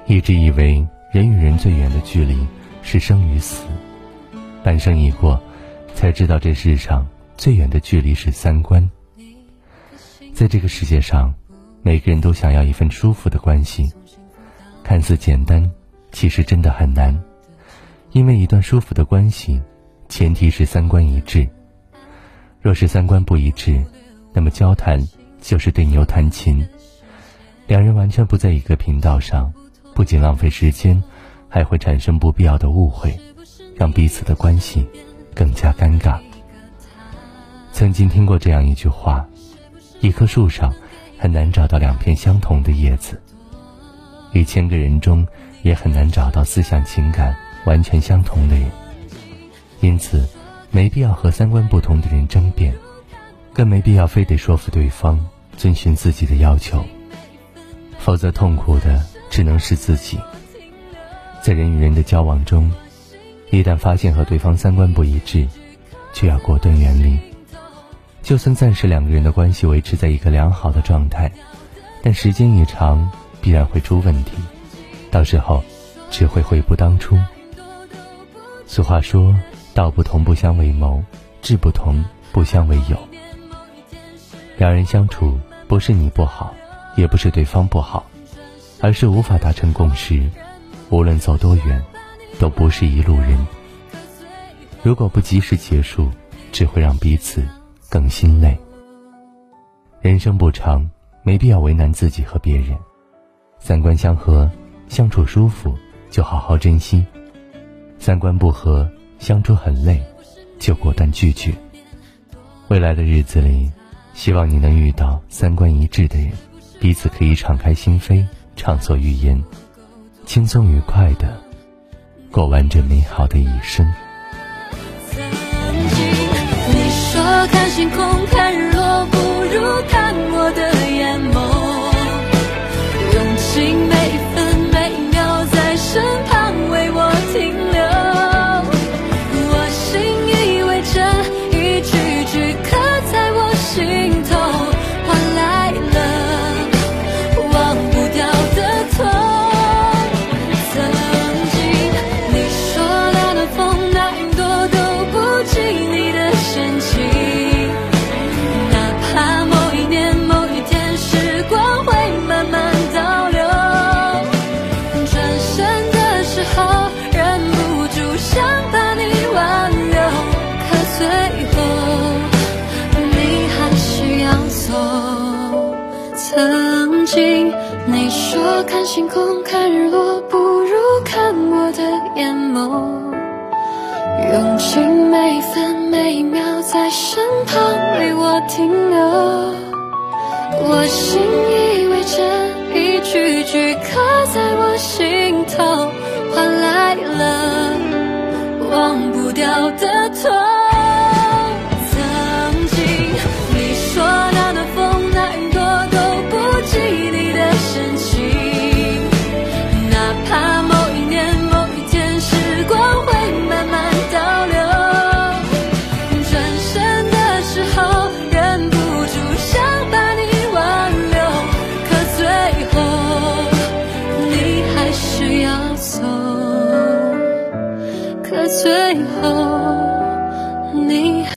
一直以为人与人最远的距离是生与死，半生已过，才知道这世上最远的距离是三观。在这个世界上，每个人都想要一份舒服的关系，看似简单，其实真的很难。因为一段舒服的关系，前提是三观一致。若是三观不一致，那么交谈就是对牛弹琴，两人完全不在一个频道上，不仅浪费时间，还会产生不必要的误会，让彼此的关系更加尴尬。曾经听过这样一句话，一棵树上很难找到两片相同的叶子，1000个人中也很难找到思想情感完全相同的人。因此没必要和三观不同的人争辩，更没必要非得说服对方遵循自己的要求，否则痛苦的只能是自己。在人与人的交往中，一旦发现和对方三观不一致，就要果断远离。就算暂时两个人的关系维持在一个良好的状态，但时间一长必然会出问题，到时候只会悔不当初。俗话说，道不同不相为谋，志不同不相为友。两人相处，不是你不好，也不是对方不好，而是无法达成共识，无论走多远，都不是一路人。如果不及时结束，只会让彼此更心累。人生不长，没必要为难自己和别人。三观相合，相处舒服，就好好珍惜；三观不合，相处很累，就果断拒绝。未来的日子里，希望你能遇到三观一致的人，彼此可以敞开心扉，畅所欲言，轻松愉快的过完这美好的一生。 你说看星空看日落不如看我的眼眸，用尽每分每秒在身旁为我停留，我信以为真，一句句刻在我心头，换来了忘不掉的痛。曾经你说那暖风那云朵都不及你的深情，哪怕某一年某一天时光会慢慢倒流，转身的时候忍不住想把你挽留，可最后你还是要走。曾经你说看星空看日落不如看我的眼眸，用尽每分每秒在身旁为我停留，我信以为真，一句句刻在我心头，换来了忘不掉的痛。